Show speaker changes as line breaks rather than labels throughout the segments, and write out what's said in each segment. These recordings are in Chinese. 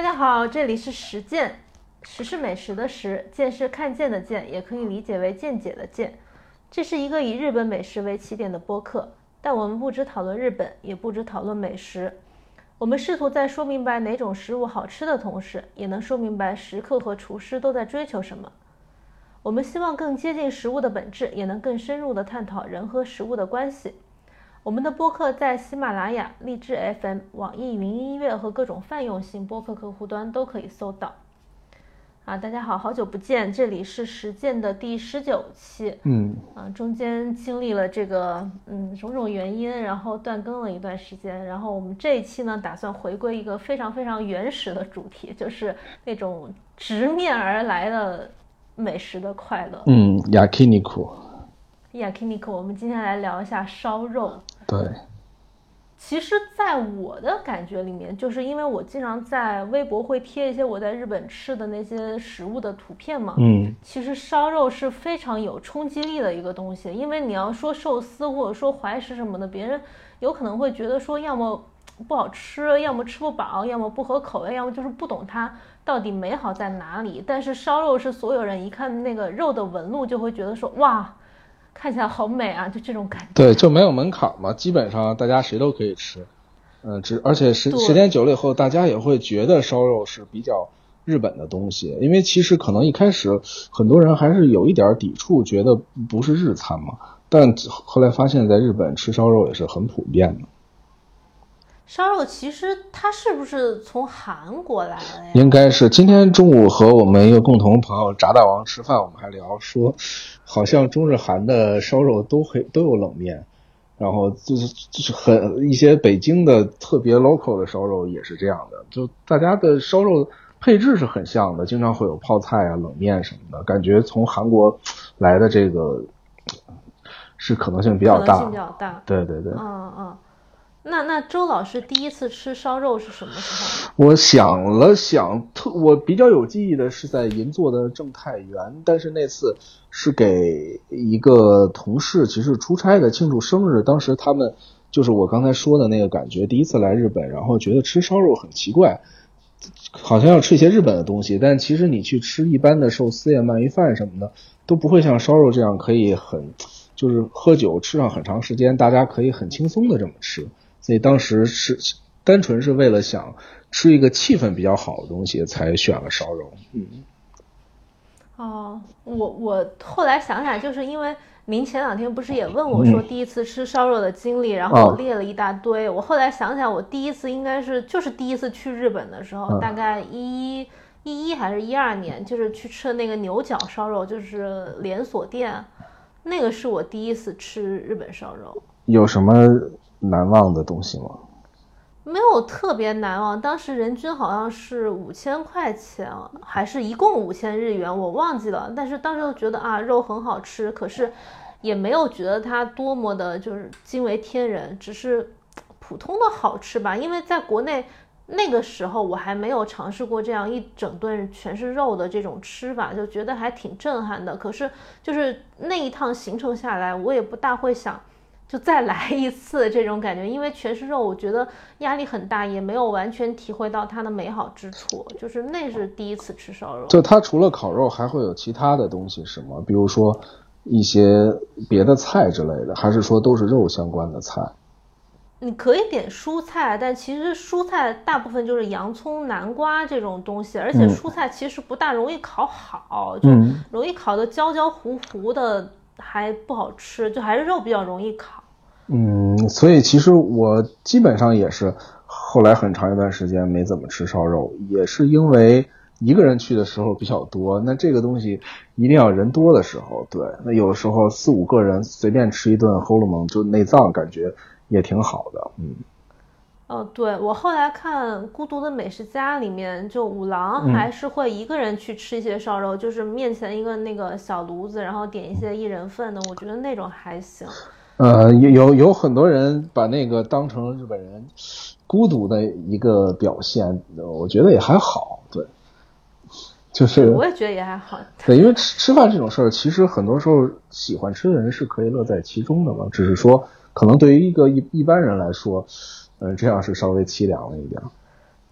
家好，这里是实践，食是美食的食，见是看见的见，也可以理解为见解的见。这是一个以日本美食为起点的播客，但我们不只讨论日本，也不只讨论美食。我们试图在说明白哪种食物好吃的同时，也能说明白食客和厨师都在追求什么。我们希望更接近食物的本质，也能更深入地探讨人和食物的关系。我们的播客在喜马拉雅、荔枝 FM、网易云音乐和各种泛用型播客客户端都可以搜到。大家好，好久不见，这里是实践的第19期。中间经历了这个种种原因，然后断更了一段时间。然后我们这一期呢，打算回归一个非常非常原始的主题，就是那种直面而来的美食的快乐。
Yakiniku，
我们今天来聊一下烧肉。
对，
其实在我的感觉里面，就是因为我经常在微博会贴一些我在日本吃的那些食物的图片嘛，其实烧肉是非常有冲击力的一个东西。因为你要说寿司或者说怀石什么的，别人有可能会觉得说要么不好吃，要么吃不饱，要么不合口味，要么就是不懂它到底美好在哪里。但是烧肉是所有人一看那个肉的纹路就会觉得说哇，看起来好美啊，就这种感觉。
对，就没有门槛嘛，基本上大家谁都可以吃。而且时间久了以后，大家也会觉得烧肉是比较日本的东西，因为其实可能一开始很多人还是有一点抵触，觉得不是日餐嘛，但后来发现在日本吃烧肉也是很普遍的。
烧肉其实它是不是从韩国来的呀？
应该是。今天中午和我们一个共同朋友炸大王吃饭，我们还聊说，好像中日韩的烧肉都有冷面，然后就是一些北京的特别 local 的烧肉也是这样的，就大家的烧肉配置是很像的，经常会有泡菜啊、冷面什么的，感觉从韩国来的这个是可能性比较大。
可能性比较大。
对对对。
那周老师第一次吃烧肉是什么时候？
我想了想，我比较有记忆的是在银座的正太园，但是那次是给一个同事其实出差的庆祝生日，当时他们就是我刚才说的那个感觉，第一次来日本，然后觉得吃烧肉很奇怪，好像要吃一些日本的东西，但其实你去吃一般的寿司呀、鳗鱼饭什么的，都不会像烧肉这样可以就是喝酒吃上很长时间，大家可以很轻松的这么吃。所以当时是单纯是为了想吃一个气氛比较好的东西才选了烧肉。
我后来想起来，就是因为您前2天不是也问我说第一次吃烧肉的经历，然后我列了一大堆。我后来想起来，我第一次应该就是第一次去日本的时候，大概11还是12年，就是去吃的那个牛角烧肉，就是连锁店，那个是我第一次吃日本烧肉。
有什么难忘的东西吗？
没有特别难忘，当时人均好像是5000块钱，还是一共5000日元，我忘记了。但是当时就觉得肉很好吃，可是也没有觉得它多么的就是惊为天人，只是普通的好吃吧。因为在国内那个时候我还没有尝试过这样一整顿全是肉的这种吃法，就觉得还挺震撼的。可是就是那一趟行程下来，我也不大会想就再来一次这种感觉，因为全是肉我觉得压力很大，也没有完全体会到它的美好之处，就是那是第一次吃烧肉。
就它除了烤肉还会有其他的东西是吗？比如说一些别的菜之类的，还是说都是肉相关的菜？
你可以点蔬菜，但其实蔬菜大部分就是洋葱、南瓜这种东西，而且蔬菜其实不大容易烤好，就容易烤得焦焦糊糊的，还不好吃，就还是肉比较容易烤。
所以其实我基本上也是后来很长一段时间没怎么吃烧肉，也是因为一个人去的时候比较多，那这个东西一定要人多的时候，对，那有的时候4、5个人随便吃一顿齁了蒙就内脏感觉也挺好的。
对，我后来看《孤独的美食家》里面，就五郎还是会一个人去吃一些烧肉，就是面前一个那个小炉子，然后点一些1人份的，我觉得那种还行。
有很多人把那个当成日本人孤独的一个表现，我觉得也还好，对，就是
我也觉得也还好。
对，因为吃饭这种事儿，其实很多时候喜欢吃的人是可以乐在其中的嘛，只是说可能对于一个一般人来说，这样是稍微凄凉了一点。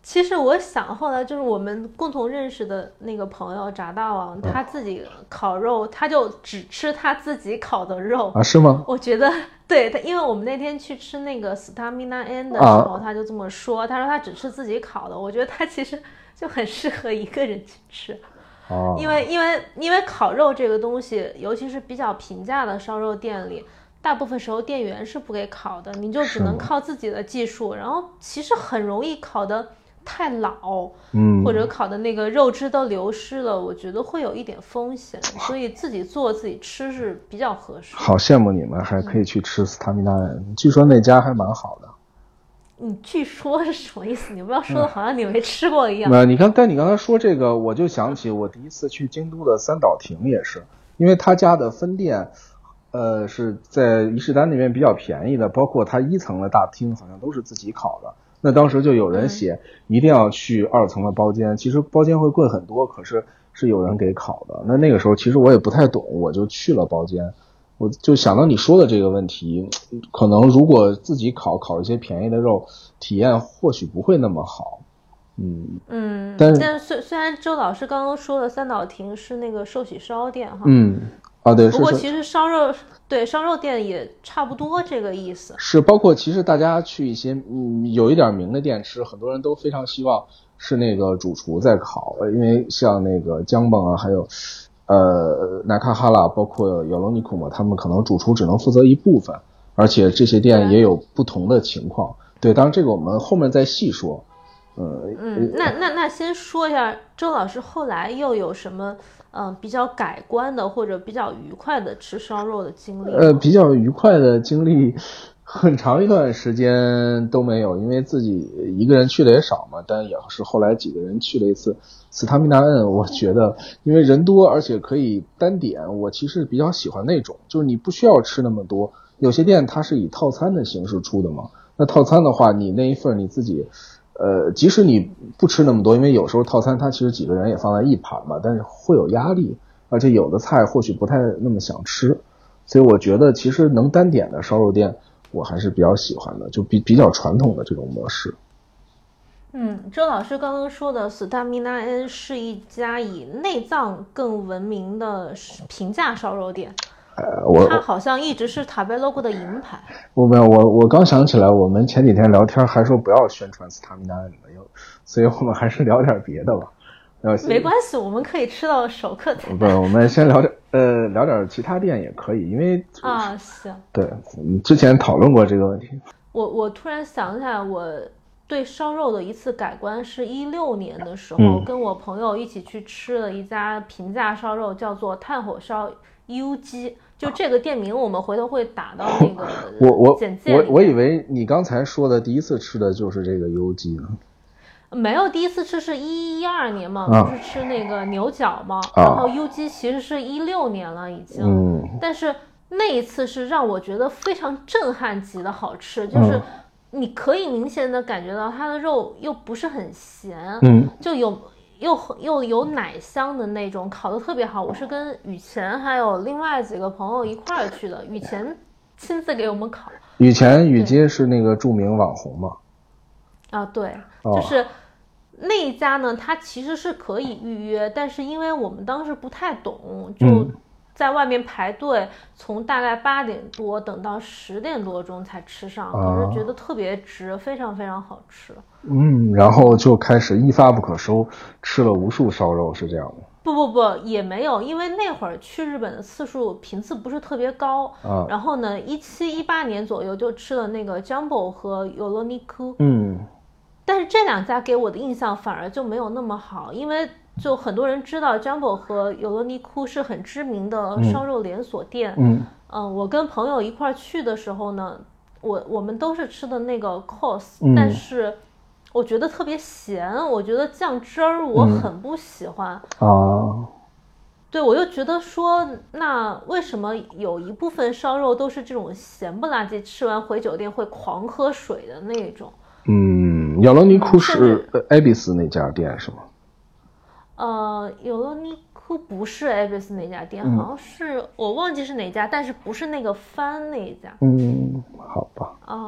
其实我想后来就是我们共同认识的那个朋友炸大王，他自己烤肉，他就只吃他自己烤的肉
啊，是吗？
我觉得对他，因为我们那天去吃那个 Stamina N 的时候，他就这么说，他说他只吃自己烤的。我觉得他其实就很适合一个人去吃。因为烤肉这个东西，尤其是比较平价的烧肉店里，大部分时候店员是不给烤的，你就只能靠自己的技术，然后其实很容易烤的太老，或者烤的那个肉汁都流失了，我觉得会有一点风险，所以自己做自己吃是比较合适。
好羡慕你们还可以去吃斯塔米纳，据说那家还蛮好的。
你据说是什么意思？你不要说的好像你没吃过一样。
你刚才说这个，我就想起我第一次去京都的三岛亭也是，因为他家的分店，是在伊势丹那边比较便宜的，包括他一层的大厅好像都是自己烤的。那当时就有人写一定要去2层的包间，其实包间会贵很多，可是是有人给烤的。那个时候其实我也不太懂，我就去了包间。我就想到你说的这个问题，可能如果自己烤一些便宜的肉，体验或许不会那么好。但
是虽然周老师刚刚说的三岛亭是那个寿喜烧店哈，
对，
不过其实烧肉店也差不多这个意思。
是，包括其实大家去一些有一点名的店吃，很多人都非常希望是那个主厨在烤，因为像那个江本啊，还有奈卡哈拉，包括有罗尼库嘛，他们可能主厨只能负责一部分，而且这些店也有不同的情况。对，当然这个我们后面再细说。
那先说一下周老师后来又有什么比较改观的或者比较愉快的吃烧肉的经历？
比较愉快的经历很长一段时间都没有，因为自己一个人去的也少嘛，但也是后来几个人去了一次斯塔米纳恩，我觉得因为人多而且可以单点，我其实比较喜欢那种，就是你不需要吃那么多，有些店它是以套餐的形式出的嘛，那套餐的话你那一份你自己即使你不吃那么多，因为有时候套餐它其实几个人也放在一盘嘛，但是会有压力，而且有的菜或许不太那么想吃，所以我觉得其实能单点的烧肉店我还是比较喜欢的，就比较传统的这种模式。
周老师刚刚说的斯塔米纳恩是一家以内脏更闻名的平价烧肉店。他好像一直是塔贝 logo 的银牌。
我刚想起来，我们前几天聊天还说不要宣传斯塔米纳恩的，所以我们还是聊点别的吧。
没关系，我们可以吃到手客菜。
不，我们先聊点其他店也可以，因为
行。
对，我们之前讨论过这个问题。
我突然想起来，我对烧肉的一次改观是16年的时候，跟我朋友一起去吃了一家平价烧肉，叫做炭火烧 U 鸡。就这个店名我们回头会打到那个简介里面。
我以为你刚才说的第一次吃的就是这个 U 鸡呢。
没有，第一次吃是12年嘛，不是吃那个牛角嘛，然后 U 鸡其实是16年了已经，但是那一次是让我觉得非常震撼级的好吃，就是你可以明显的感觉到它的肉又不是很咸，就又有奶香的那种，烤得特别好。我是跟雨前还有另外几个朋友一块儿去的，雨前亲自给我们烤。
雨街是那个著名网红嘛？
对，就是那一家呢，它其实是可以预约，但是因为我们当时不太懂，就在外面排队，从大概8点多等到10点多钟才吃上，可是觉得特别值，非常非常好吃。
然后就开始一发不可收，吃了无数烧肉，是这样的。
不也没有，因为那会儿去日本的频次不是特别高然后呢17、18年左右就吃了那个 Jumbo 和 Yoroniku 但是这两家给我的印象反而就没有那么好，因为就很多人知道 Jumbo 和 Yoroniku 是很知名的烧肉连锁店我跟朋友一块去的时候呢，我们都是吃的那个 course但是我觉得特别咸，我觉得酱汁儿我很不喜欢对，我就觉得说，那为什么有一部分烧肉都是这种咸不拉几，吃完回酒店会狂喝水的那种？
亚罗尼库是艾比斯那家店是吗？
亚罗尼库不是艾比斯那家店，好像是我忘记是哪家，但是不是那个帆那一家。
好吧。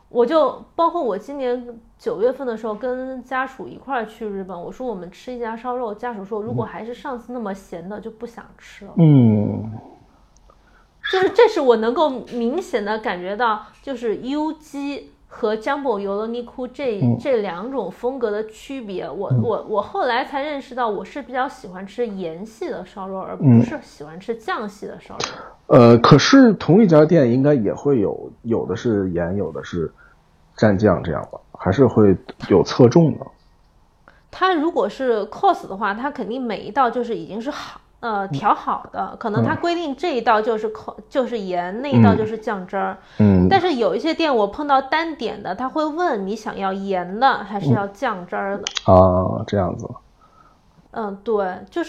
我就包括我今年9月份的时候跟家属一块儿去日本，我说我们吃一家烧肉，家属说如果还是上次那么咸的就不想吃了。就是这是我能够明显的感觉到，就是 U 鸡和江波油了尼库这两种风格的区别。我后来才认识到，我是比较喜欢吃盐系的烧肉，而不是喜欢吃酱系的烧肉。
可是同一家店应该也会有的是盐，有的是蘸酱，这样吧，还是会有侧重的。
它如果是 cos 的话，它肯定每一道就是已经是调好的，可能它规定这一道就是盐，那一道就是酱汁儿。但是有一些店我碰到单点的，他会问你想要盐的还是要酱汁儿的。
这样子。
对，就是，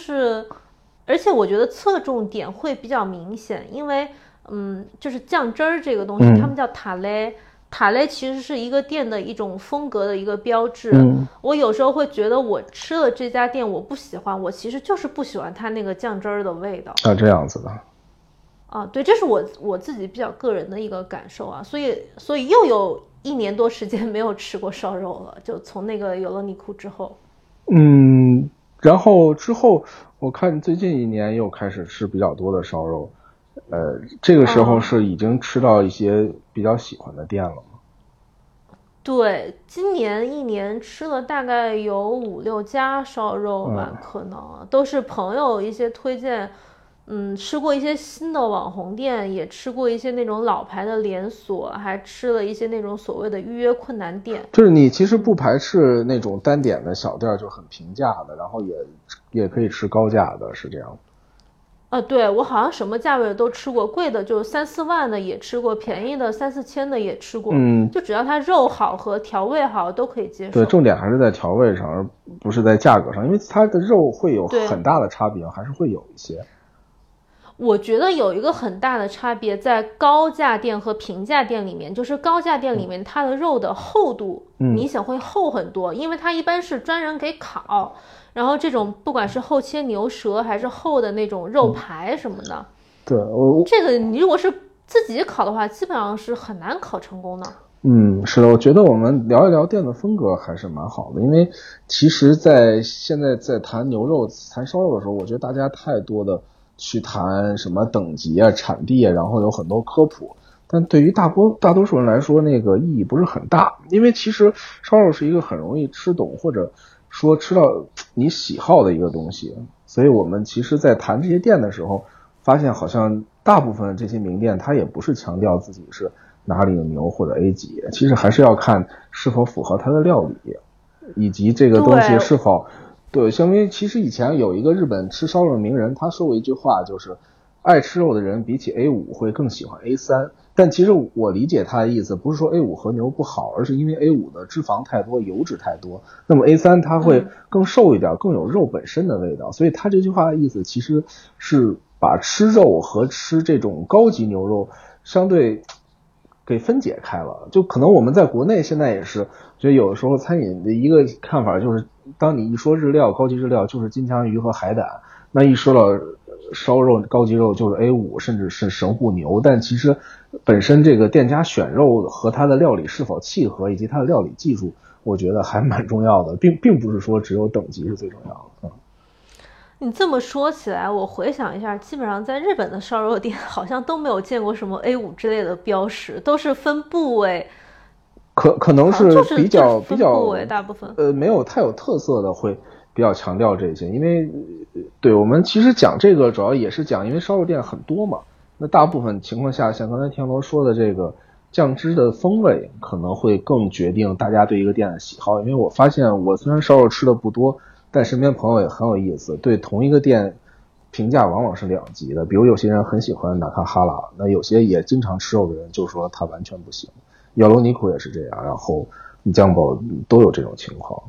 而且我觉得侧重点会比较明显，因为就是酱汁儿这个东西，他们叫塔雷。塔雷其实是一个店的一种风格的一个标志。我有时候会觉得我吃了这家店我不喜欢，我其实就是不喜欢它那个酱汁儿的味道。
这样子的。
对，这是我自己比较个人的一个感受啊。所以又有1年多时间没有吃过烧肉了，就从那个有了尼库之后。
然后之后我看最近1年又开始吃比较多的烧肉。这个时候是已经吃到一些比较喜欢的店了吗？
对，今年1年吃了大概有5、6家烧肉吧，可能都是朋友一些推荐。吃过一些新的网红店，也吃过一些那种老牌的连锁，还吃了一些那种所谓的预约困难店。
就是你其实不排斥那种单点的小店，就很平价的，然后也可以吃高价的，是这样。
对，我好像什么价位都吃过，贵的就3、4万的也吃过，便宜的3、4千的也吃过。就只要它肉好和调味好都可以接受。
对，重点还是在调味上，而不是在价格上，因为它的肉会有很大的差别，还是会有一些。
我觉得有一个很大的差别在高价店和平价店里面，就是高价店里面它的肉的厚度明显会厚很多，因为它一般是专人给烤，然后这种不管是厚切牛舌还是厚的那种肉排什么的，
对，
这个你如果是自己烤的话，基本上是很难烤成功的。
是的，我觉得我们聊一聊店的风格还是蛮好的，因为其实现在在谈牛肉、谈烧肉的时候，我觉得大家太多的去谈什么等级啊、产地啊，然后有很多科普，但对于大多数人来说，那个意义不是很大，因为其实烧肉是一个很容易吃懂或者说吃到你喜好的一个东西，所以我们其实在谈这些店的时候，发现好像大部分这些名店它也不是强调自己是哪里的牛或者 A 级，其实还是要看是否符合它的料理，以及这个东西是否对，因为其实以前有一个日本吃烧肉的名人，他说过一句话，就是爱吃肉的人比起 A5 会更喜欢 A3。但其实我理解他的意思，不是说 A5 和牛不好，而是因为 A5 的脂肪太多，油脂太多，那么 A3 它会更瘦一点，更有肉本身的味道。所以他这句话的意思其实是把吃肉和吃这种高级牛肉相对给分解开了。就可能我们在国内现在也是觉得有的时候餐饮的一个看法就是，当你一说日料，高级日料就是金枪鱼和海胆，那一说到烧肉高级肉就是 A5 甚至是神户牛，但其实本身这个店家选肉和它的料理是否契合，以及它的料理技术，我觉得还蛮重要的，并不是说只有等级是最重要的。
你这么说起来，我回想一下，基本上在日本的烧肉店好像都没有见过什么 A5 之类的标识，都是分部位。
可能是比较
大部分
没有太有特色的会比较强调这些，因为对我们其实讲这个主要也是讲，因为烧肉店很多嘛，那大部分情况下像刚才田螺说的这个酱汁的风味可能会更决定大家对一个店的喜好。因为我发现我虽然烧肉吃的不多，但身边朋友也很有意思，对同一个店评价往往是两极的。比如有些人很喜欢纳卡哈拉，那有些也经常吃肉的人就说他完全不行。咬罗尼库也是这样，然后江宝都有这种情况。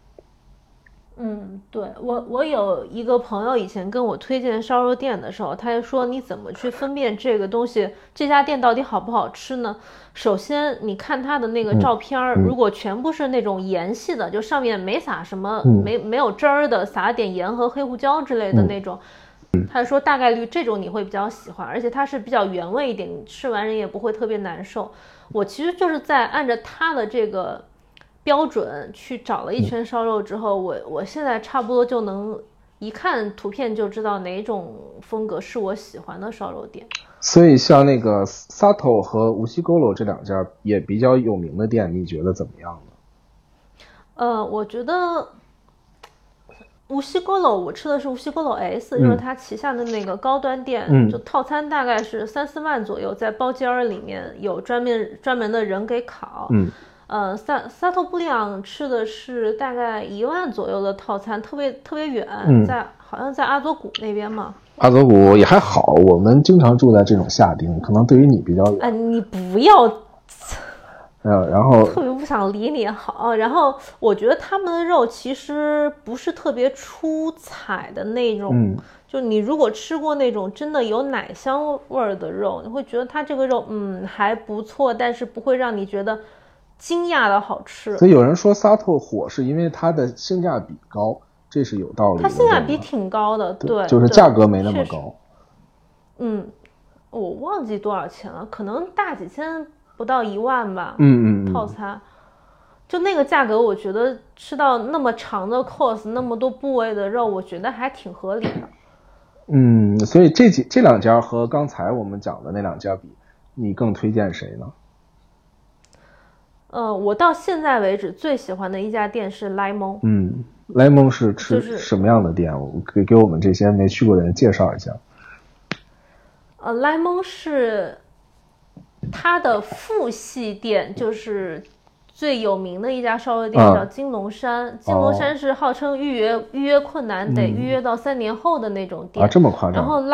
对，我有一个朋友以前跟我推荐烧肉店的时候，他就说你怎么去分辨这个东西这家店到底好不好吃呢？首先你看他的那个照片，如果全部是那种盐系的，就上面没撒什么没有汁儿的，撒点盐和黑胡椒之类的那种，他说大概率这种你会比较喜欢，而且它是比较原味一点，你吃完人也不会特别难受。 我其实就是在按照它的这个标准去找了一圈烧肉之后，我现在差不多就能一看图片就知道哪种风格是我喜欢的烧肉店。
所以像那个 Sato 和无锡沟楼这两家也比较有名的店，你觉得怎么样呢？
我觉得无锡沟楼我吃的是无锡沟楼 S，就是它旗下的那个高端店，就套餐大概是3-4万左右，在包间儿里面有专门的人给烤。Sato 布里昂吃的是大概1万左右的套餐，特别远，好像在阿佐谷那边嘛。
阿佐谷也还好，我们经常住在这种下町，可能对于你比较远。
你不要。
然后
特别不想理你好，然后我觉得他们的肉其实不是特别出彩的那种，就你如果吃过那种真的有奶香味的肉，你会觉得它这个肉还不错，但是不会让你觉得惊讶的好吃。
所以有人说沙特火是因为它的性价比高，这是有道理的。
它性价比挺高的，对，
就是价格没那么高。
我忘记多少钱了，可能大几千。不到1万吧，套餐，就那个价格，我觉得吃到那么长的 course， 那么多部位的肉，我觉得还挺合理的。
所以这两家和刚才我们讲的那两家比，你更推荐谁呢？
我到现在为止最喜欢的一家店是莱蒙。
莱蒙是吃什么样的店？给我们这些没去过的人介绍一下。
莱蒙是它的父系店，就是最有名的一家烧肉店，叫金龙山。金龙山是号称预约困难，得预约到3年后的那种店。
这么夸张？
然后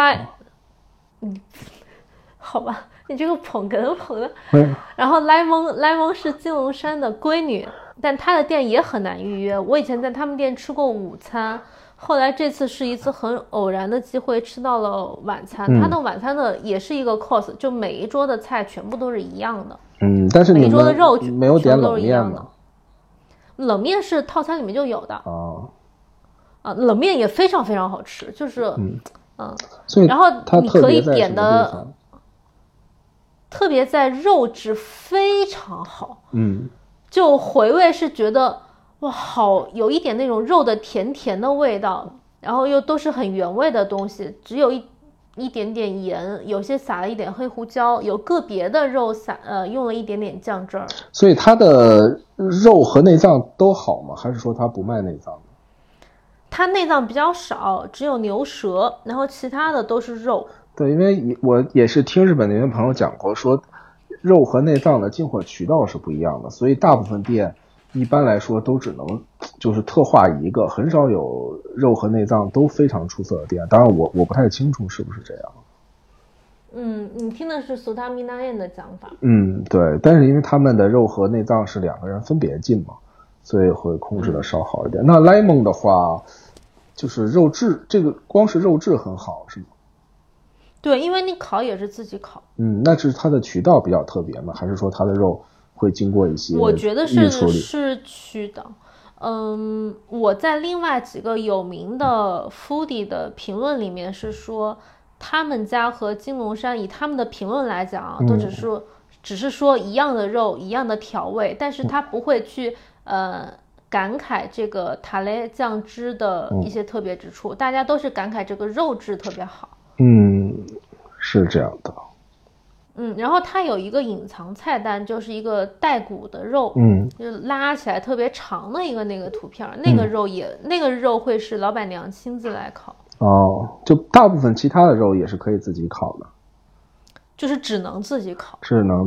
好吧，你这个捧哏捧的。然后莱蒙是金龙山的闺女，但她的店也很难预约。我以前在他们店吃过午餐。后来这次是一次很偶然的机会吃到了晚餐，它的晚餐的也是一个 course， 就每一桌的菜全部都是一样的。
但是
每一桌的肉
没有点冷面吗？
冷面是套餐里面就有的。冷面也非常非常好吃，就是
所以
然后你可以点的特别在肉质非常好，就回味是觉得。哇，好有一点那种肉的甜甜的味道，然后又都是很原味的东西，只有一点点盐，有些撒了一点黑胡椒，有个别的肉用了一点点酱汁儿。
所以它的肉和内脏都好吗？还是说它不卖内脏？
它内脏比较少，只有牛舌，然后其他的都是肉。
对，因为我也是听日本那边朋友讲过，说肉和内脏的进货渠道是不一样的，所以大部分店一般来说都只能就是特化一个，很少有肉和内脏都非常出色的店。当然我不太清楚是不是这样。
你听的是苏达米纳彦的讲法。
对，但是因为他们的肉和内脏是2个人分别进嘛，所以会控制的稍好一点。那莱蒙的话，就是肉质，这个光是肉质很好是吗？
对，因为你烤也是自己烤。
那是它的渠道比较特别吗？还是说它的肉会经过一些
我觉得
预处理？
是渠道。我在另外几个有名的 foodie 的评论里面是说，他们家和金龙山以他们的评论来讲都只是说一样的肉一样的调味，但是他不会去感慨这个塔雷酱汁的一些特别之处，大家都是感慨这个肉质特别好。
是这样的。
然后它有一个隐藏菜单，就是一个带骨的肉，就是拉起来特别长的一个那个图片，那个肉会是老板娘亲自来烤。
就大部分其他的肉也是可以自己烤的，
就是只能自己烤。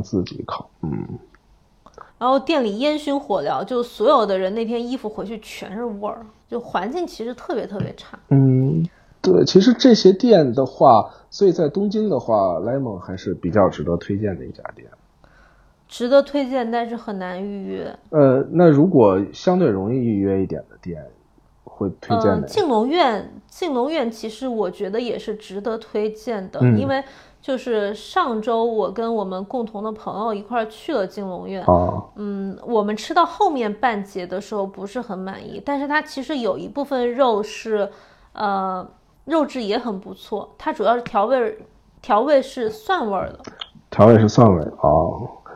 然后店里烟熏火燎，就所有的人那天衣服回去全是味儿，就环境其实特别特别差。
对，其实这些店的话，所以在东京的话，莱蒙还是比较值得推荐的一家店。
值得推荐，但是很难预约。
那如果相对容易预约一点的店，会推荐哪？
镜龙苑其实我觉得也是值得推荐的，因为就是上周我跟我们共同的朋友一块去了镜龙苑。我们吃到后面半截的时候不是很满意，但是它其实有一部分肉是肉质也很不错，它主要是调味是蒜味的。
调味是蒜味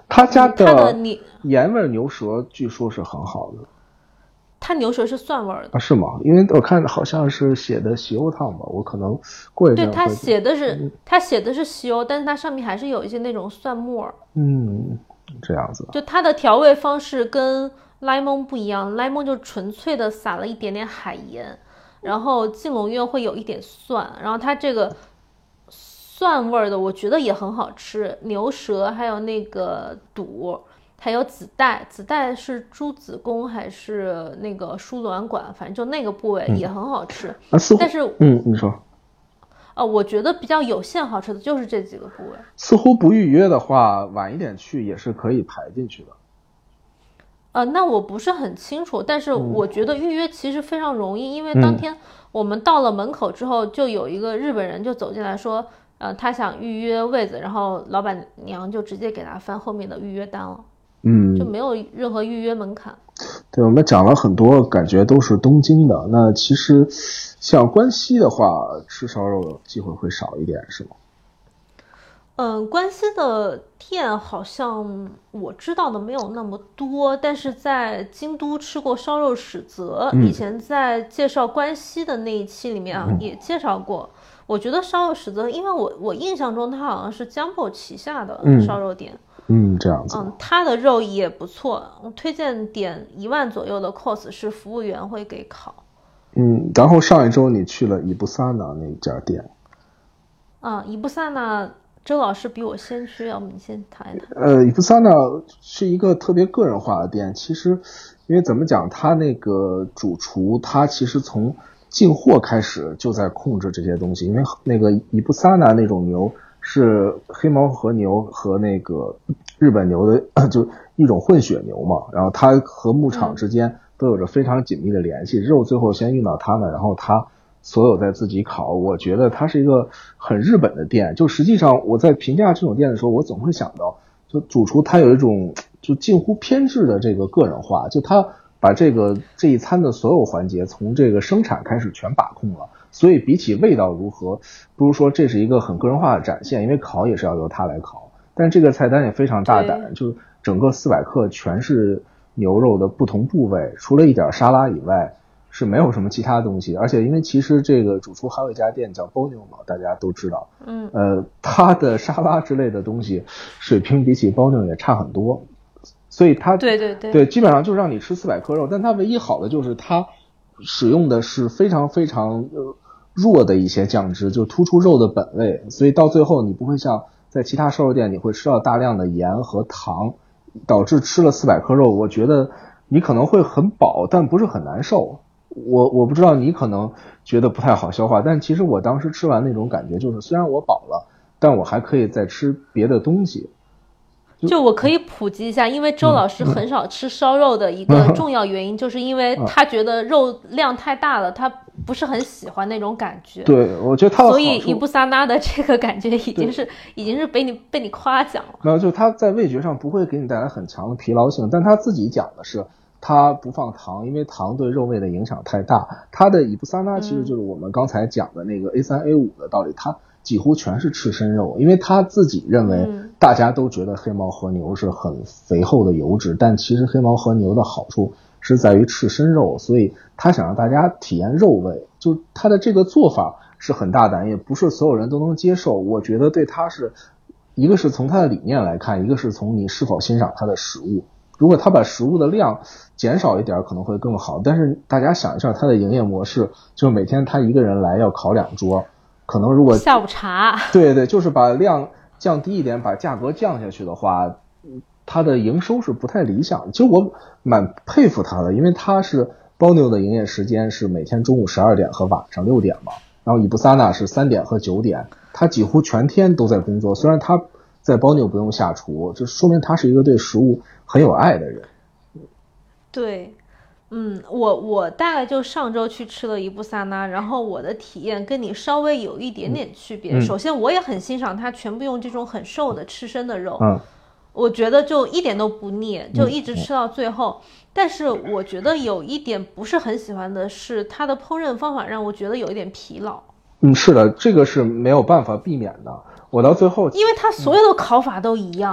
他家
的
盐味牛舌据说是很好的。
它牛舌是蒜味的
啊？是吗？因为我看好像是写的西欧汤吧，我可能过一阵。
对，它写的是西欧，但是它上面还是有一些那种蒜末。
这样子。
就它的调味方式跟莱蒙不一样，莱蒙就纯粹的撒了一点点海盐，然后晋龙苑会有一点蒜，然后它这个蒜味的我觉得也很好吃，牛舌还有那个肚。还有子带是猪子宫还是那个输卵管，反正就那个部位也很好吃。但是
你说
我觉得比较有限好吃的就是这几个部位。
似乎不预约的话晚一点去也是可以排进去的。
那我不是很清楚，但是我觉得预约其实非常容易，因为当天我们到了门口之后，就有一个日本人就走进来说他想预约位子，然后老板娘就直接给他翻后面的预约单了。就没有任何预约门槛。
对，我们讲了很多，感觉都是东京的。那其实像关西的话，吃烧肉机会会少一点，是吗？
关西的店好像我知道的没有那么多，但是在京都吃过烧肉史泽，以前在介绍关西的那一期里面也介绍过。我觉得烧肉史泽，因为我印象中它好像是江波旗下的烧肉店。
这样子。
它的肉也不错，我推荐点1万左右的 course， 是服务员会给烤。
然后上一周你去了伊布萨纳那家店。
伊布萨纳周老师比我先去，要不你先谈一谈。
伊布萨纳是一个特别个人化的店，其实因为怎么讲，他那个主厨他其实从进货开始就在控制这些东西，因为那个伊布萨纳那种牛是黑毛和牛和那个日本牛的就一种混血牛嘛，然后它和牧场之间都有着非常紧密的联系，肉最后先运到它们，然后它所有在自己烤。我觉得它是一个很日本的店，就实际上我在评价这种店的时候，我总会想到就主厨他有一种就近乎偏执的这个个人化，就他把这一餐的所有环节从这个生产开始全把控了，所以比起味道如何，不如说这是一个很个人化的展现，因为烤也是要由他来烤。但这个菜单也非常大胆，就整个400克全是牛肉的不同部位，除了一点沙拉以外是没有什么其他东西。而且因为其实这个主厨还有一家店叫 Bonio 嘛，大家都知道，他的沙拉之类的东西水平比起 Bonio 也差很多，所以他对基本上就让你吃400克肉，但他唯一好的就是他使用的是非常非常弱的一些酱汁，就突出肉的本味，所以到最后你不会像在其他烧肉店你会吃到大量的盐和糖，导致吃了400克肉，我觉得你可能会很饱，但不是很难受。我不知道你可能觉得不太好消化，但其实我当时吃完那种感觉就是，虽然我饱了，但我还可以再吃别的东西。
就我可以普及一下，因为周老师很少吃烧肉的一个重要原因，就是因为他觉得肉量太大了，他不是很喜欢那种感觉。
对，我觉得他的好处，
所以伊布萨纳的这个感觉已经是被你夸奖了。
没有，就他在味觉上不会给你带来很强的疲劳性，但他自己讲的是他不放糖，因为糖对肉味的影响太大。他的伊布萨纳其实就是我们刚才讲的那个 A3A5 的道理，他几乎全是赤身肉，因为他自己认为大家都觉得黑毛和牛是很肥厚的油脂，但其实黑毛和牛的好处是在于赤身肉，所以他想让大家体验肉味，就他的这个做法是很大胆，也不是所有人都能接受。我觉得对他是一个是从他的理念来看，一个是从你是否欣赏他的食物。如果他把食物的量减少一点可能会更好，但是大家想一下他的营业模式，就每天他一个人来要烤2桌，可能如果
下午茶，
对，就是把量降低一点，把价格降下去的话，他的营收是不太理想的。其实我蛮佩服他的，因为他是Bonio的营业时间是每天中午12点和晚上6点嘛，然后伊布萨纳是3点和9点，他几乎全天都在工作。虽然他在Bonio不用下厨，这说明他是一个对食物很有爱的人。
对。我大概就上周去吃了伊布萨纳，然后我的体验跟你稍微有一点点区别。首先我也很欣赏它全部用这种很瘦的赤身的肉，我觉得就一点都不腻，就一直吃到最后。但是我觉得有一点不是很喜欢的是它的烹饪方法让我觉得有一点疲劳。
是的，这个是没有办法避免的。我到最后，
因为它所有的烤法都一样。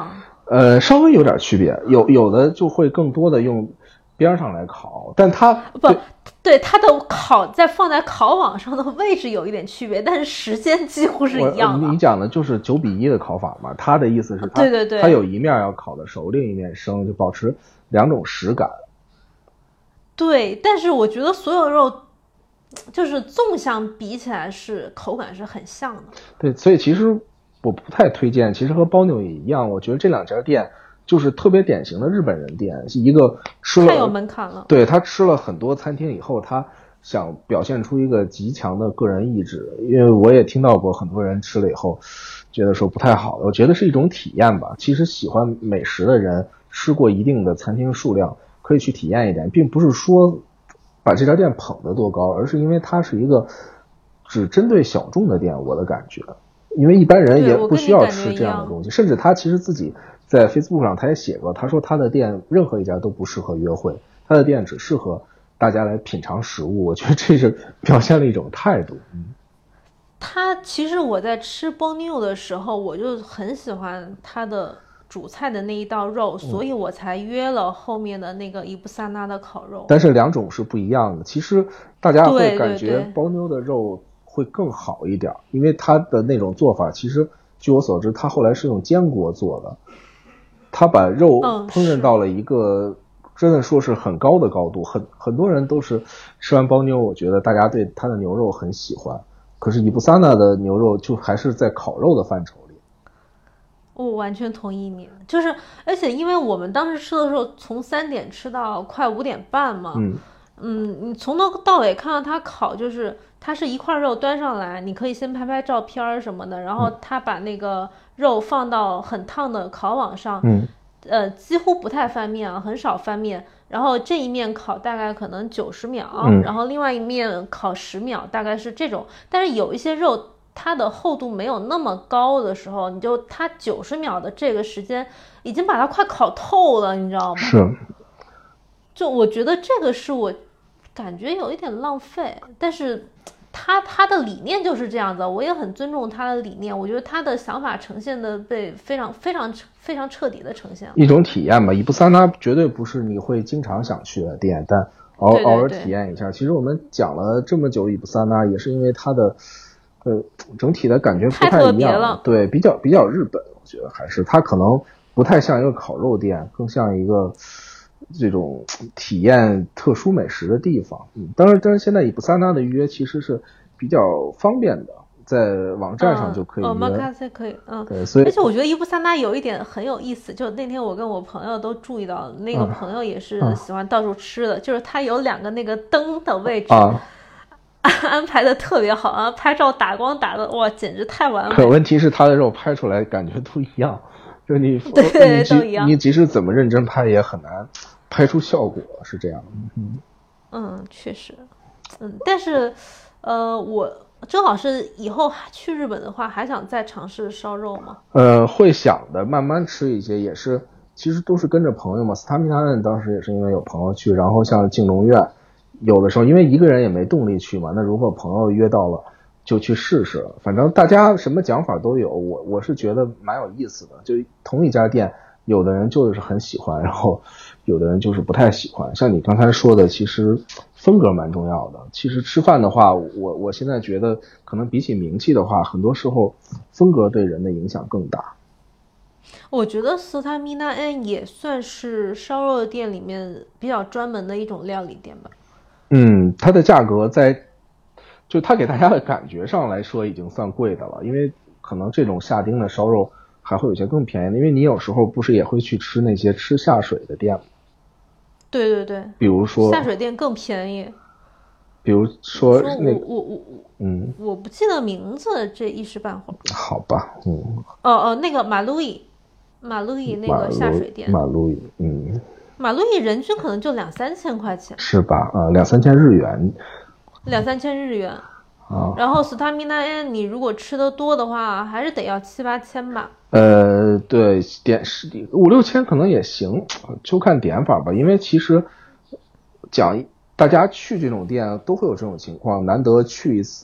稍微有点区别，有的就会更多的用边上来烤，但它
对它的放在烤网上的位置有一点区别，但是时间几乎是一样的。
你讲的就是9:1的烤法嘛，他的意思是
对，
它有一面要烤的熟，另一面生，就保持两种食感。
对，但是我觉得所有肉就是纵向比起来是口感是很像的。
对，所以其实我不太推荐，其实和包妞也一样，我觉得这两家店就是特别典型的日本人店，一个吃了
太有门槛了。
对，他吃了很多餐厅以后，他想表现出一个极强的个人意志，因为我也听到过很多人吃了以后觉得说不太好，我觉得是一种体验吧。其实喜欢美食的人吃过一定的餐厅数量可以去体验一点，并不是说把这家店捧得多高，而是因为它是一个只针对小众的店，我的感觉，因为一般人也不需要吃这样的东西，甚至他其实自己在 Facebook 上他也写过，他说他的店任何一家都不适合约会，他的店只适合大家来品尝食物，我觉得这是表现了一种态度。
他其实我在吃邦妞的时候，我就很喜欢他的主菜的那一道肉，所以我才约了后面的那个伊布萨纳的烤肉。
但是两种是不一样的，其实大家会感觉邦妞的肉会更好一点，因为它的那种做法，其实据我所知，它后来是用煎锅做的，他把肉烹饪到了一个真的说是很高的高度，很多人都是吃完邦妞，我觉得大家对他的牛肉很喜欢，可是伊布萨纳的牛肉就还是在烤肉的范畴里。
我完全同意你，就是而且因为我们当时吃的时候从3点吃到快5点半嘛，你从头到尾看到它烤，就是它是一块肉端上来，你可以先拍拍照片什么的，然后他把那个肉放到很烫的烤网上，几乎不太翻面啊，很少翻面，然后这一面烤大概可能90秒，然后另外一面烤10秒，大概是这种。但是有一些肉它的厚度没有那么高的时候，它90秒的这个时间已经把它快烤透了，你知道吗？
是。
就我觉得这个是我感觉有一点浪费，但是他的理念就是这样子，我也很尊重他的理念，我觉得他的想法呈现的被非常非常非常彻底的呈现了
一种体验吧。伊布萨纳绝对不是你会经常想去的店，但偶尔体验一下。其实我们讲了这么久伊布萨纳，也是因为它的整体的感觉不太一样，对，比较日本，我觉得还是它可能不太像一个烤肉店，更像一个这种体验特殊美食的地方。当然现在伊布萨纳的预约其实是比较方便的，在网站上就可以约。
Omakase 可以，
对，所以
而且我觉得伊布萨纳有一点很有意思，就那天我跟我朋友都注意到，那个朋友也是喜欢到处吃的，就是他有2个那个灯的位置安排的特别好啊，拍照打光打的哇，简直太完美了。
可问题是他的肉拍出来感觉都一样，就你
都一样，
你即使怎么认真拍也很难拍出效果，是这样。
确实，但是我郑老师以后去日本的话，还想再尝试烧肉吗？
会想的，慢慢吃一些，也是其实都是跟着朋友嘛。斯塔米纳恩当时也是因为有朋友去，然后像敬龙院，有的时候因为一个人也没动力去嘛，那如果朋友约到了就去试试，反正大家什么讲法都有，我是觉得蛮有意思的。就同一家店，有的人就是很喜欢，然后有的人就是不太喜欢。像你刚才说的，其实风格蛮重要的。其实吃饭的话，我现在觉得可能比起名气的话，很多时候风格对人的影响更大。
我觉得斯塔米纳恩也算是烧肉店里面比较专门的一种料理店吧。
它的价格就它给大家的感觉上来说已经算贵的了，因为可能这种下丁的烧肉还会有些更便宜的，因为你有时候不是也会去吃那些吃下水的店吗？
对，
比如说
下水店更便宜。
比如说那
我不记得名字，这一时半会儿。
好吧，
那个马路易那个下水店，
马路易，
马路易人均可能就2-3千块钱，
是吧？2-3千日元
，2-3千日元。然后斯塔米纳恩你如果吃的多的话，还是得要7-8千吧。
对，5-6千可能也行，就看点法吧。因为其实大家去这种店都会有这种情况，难得去一次，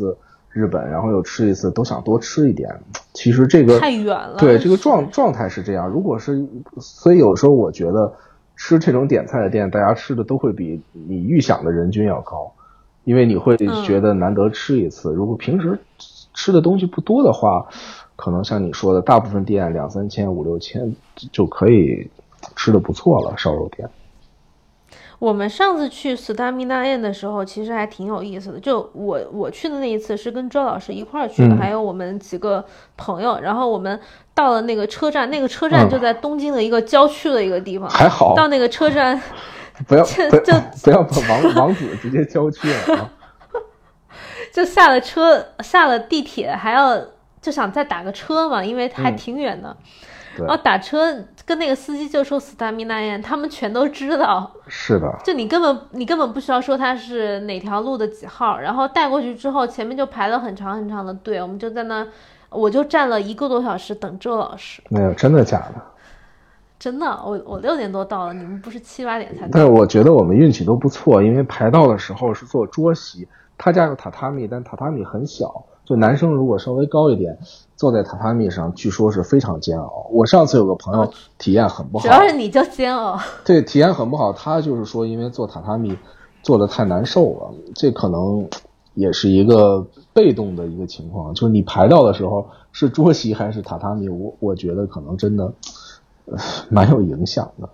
日本，然后又吃一次，都想多吃一点。其实这个
太远了，
对，这个状态是这样。如果是，所以有时候我觉得吃这种点菜的店，大家吃的都会比你预想的人均要高，因为你会觉得难得吃一次。如果平时吃的东西不多的话，可能像你说的，大部分店2-3千、5-6千就可以吃的不错了，烧肉店。
我们上次去斯塔米纳宴的时候，其实还挺有意思的。就我去的那一次是跟周老师一块儿去的，还有我们几个朋友。然后我们到了那个车站，那个车站就在东京的一个郊区的一个地方。
还好。
到那个车站，
不要把王子直接郊区了。
就下了车，下了地铁，还要就想再打个车嘛，因为还挺远的。然后打车跟那个司机就说斯塔米纳宴，他们全都知道。
是的，
就你根本不需要说他是哪条路的几号，然后带过去之后，前面就排了很长很长的队，我们就在那，我就站了1个多小时等周老师。
没有，真的假的？
真的，我6点多到了，你们不是7-8点才到？
但我觉得我们运气都不错，因为排到的时候是坐桌席，他家有榻榻米，但榻榻米很小。就男生如果稍微高一点，坐在榻榻米上，据说是非常煎熬。我上次有个朋友体验很不好，
主要是你就煎熬。
对，体验很不好。他就是说，因为坐榻榻米坐得太难受了，这可能也是一个被动的一个情况。就是你排到的时候是桌席还是榻榻米，我觉得可能真的蛮有影响的。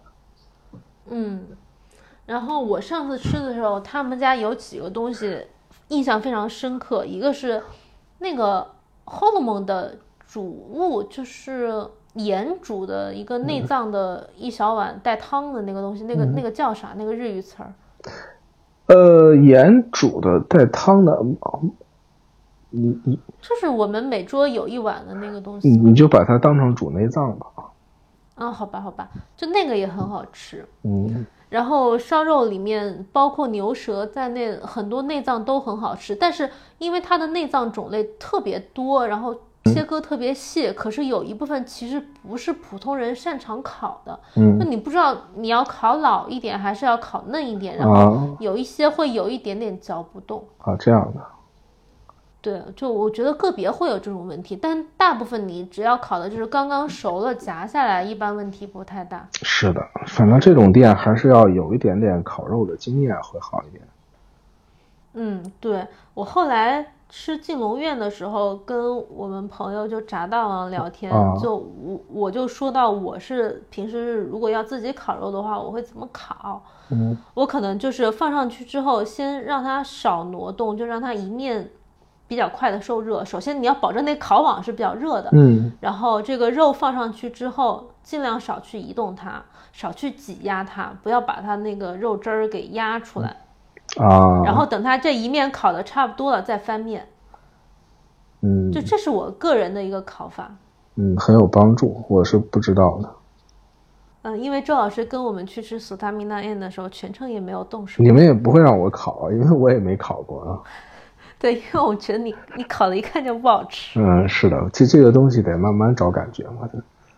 然后我上次吃的时候，他们家有几个东西印象非常深刻，一个是那个 Holomon 的主物，就是盐煮的一个内脏的一小碗带汤的那个东西，那个叫啥？那个日语词儿？
盐煮的带汤的，你
就是我们每桌有一碗的那个东西。
你就把它当成煮内脏吧。
好吧，就那个也很好吃。然后烧肉里面包括牛舌在内，很多内脏都很好吃，但是因为它的内脏种类特别多，然后切割特别细，可是有一部分其实不是普通人擅长烤的。那你不知道你要烤老一点还是要烤嫩一点，然后有一些会有一点点嚼不动。
这样的。
对，就我觉得个别会有这种问题，但大部分你只要烤的就是刚刚熟了夹下来，一般问题不太大。
是的，反正这种店还是要有一点点烤肉的经验会好一点。
对，我后来吃镜龙苑的时候，跟我们朋友就炸大王聊天，就我就说到我是平时如果要自己烤肉的话，我会怎么烤？我可能就是放上去之后，先让它少挪动，就让它一面比较快的受热。首先你要保证那烤网是比较热的，然后这个肉放上去之后，尽量少去移动它，少去挤压它，不要把它那个肉汁儿给压出来。然后等它这一面烤的差不多了再翻面。就这是我个人的一个烤法。
很有帮助，我是不知道的。
因为周老师跟我们去吃斯塔米纳宴的时候，全程也没有动手。
你们也不会让我烤，因为我也没烤过啊。
对，因为我觉得你烤的一看就不好吃。
是的，这个东西得慢慢找感觉嘛。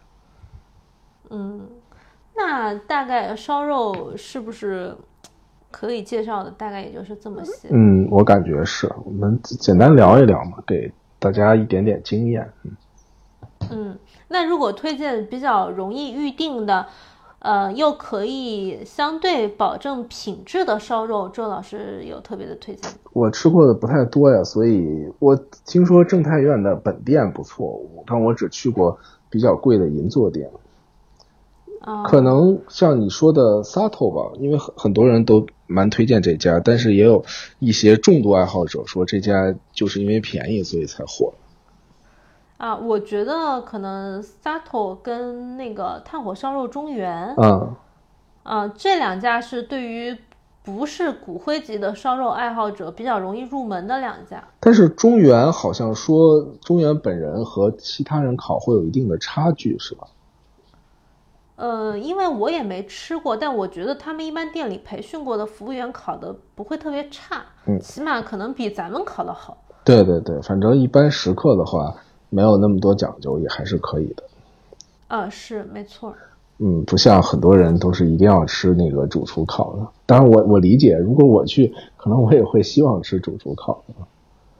那大概烧肉是不是可以介绍的？大概也就是这么些。
我感觉是，我们简单聊一聊嘛，给大家一点点经验。
那如果推荐比较容易预定的，又可以相对保证品质的烧肉，周老师有特别的推荐？
我吃过的不太多呀，所以我听说正太院的本店不错，但我只去过比较贵的银座店。可能像你说的 Sato 吧，因为很多人都蛮推荐这家，但是也有一些重度爱好者说这家就是因为便宜所以才火。
我觉得可能 Sato 跟那个炭火烧肉中原，这两家是对于不是骨灰级的烧肉爱好者比较容易入门的两家。但是
中原好像说中原本人和其他人烤会有一定的差距，是吧？
因为我也没吃过，但我觉得他们一般店里培训过的服务员烤的不会特别差，起码可能比咱们烤的好。
对，反正一般食客的话没有那么多讲究，也还是可以
的。是没错。
不像很多人都是一定要吃那个主厨烤的。当然我理解，如果我去，可能我也会希望吃主厨烤的。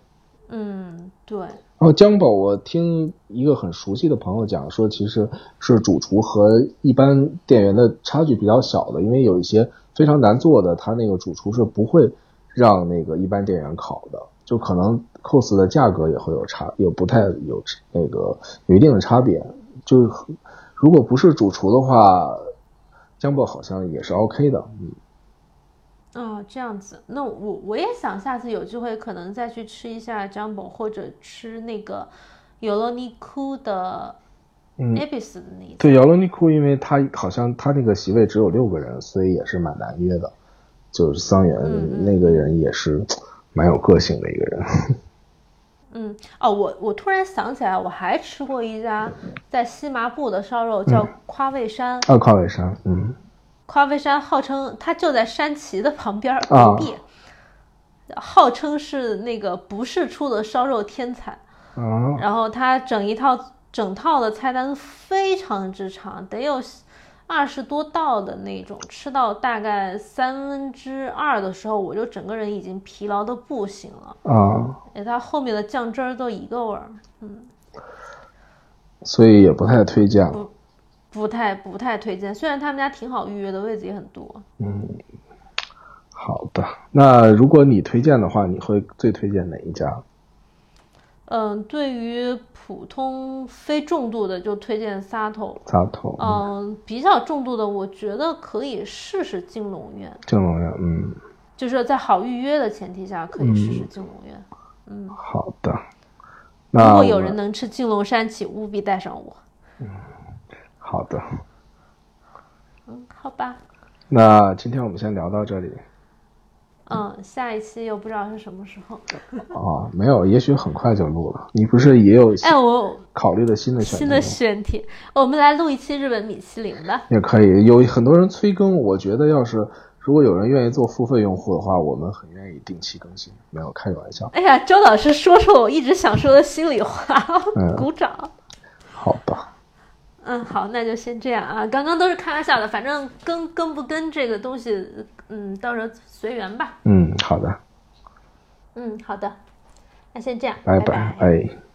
对。
然后江宝，我听一个很熟悉的朋友讲说，其实是主厨和一般店员的差距比较小的，因为有一些非常难做的，他那个主厨是不会让那个一般店员烤的，就可能 cos 的价格也会有不太有有一定的差别。就如果不是主厨的话，江宝好像也是 OK 的。
这样子，那我也想下次有机会可能再去吃一下 Jumbo， 或者吃那个尤罗尼库的 Ebis 的那一家。
对，尤罗尼库，因为他好像他那个席位只有6个人，所以也是蛮难约的。就是桑园那个人也是蛮有个性的一个人。
我突然想起来，我还吃过一家在西麻布的烧肉，叫夸味山。
夸味山，
夸味山号称它就在山崎的旁边隔壁，号称是那个不世出的烧肉天才。然后它整套的菜单非常之长，得有20多道的那种，吃到大概2/3的时候，我就整个人已经疲劳的不行了。它后面的酱汁都一个味儿。
所以也不太推荐了。
不太推荐，虽然他们家挺好预约的，位子也很多。
好的，那如果你推荐的话，你会最推荐哪一家？
对于普通非重度的就推荐沙头。比较重度的我觉得可以试试镜龙苑。就是在好预约的前提下可以试试镜龙苑。
好的。
如果有人能吃镜龙山请务必带上我。
好的。
好吧。
那今天我们先聊到这里。
下一期又不知道是什么时候。
没有，也许很快就录了。你不是也有
我
考虑的新的
选题？我们来录一期日本米其林的。
也可以，有很多人催更，我觉得如果有人愿意做付费用户的话，我们很愿意定期更新，没有开玩笑。
哎呀，周老师说我一直想说的心里话，鼓掌。
好吧。
好，那就先这样啊。刚刚都是开玩笑的，反正跟不跟这个东西，到时候随缘吧。
好的。
好的，那先这样，
拜拜。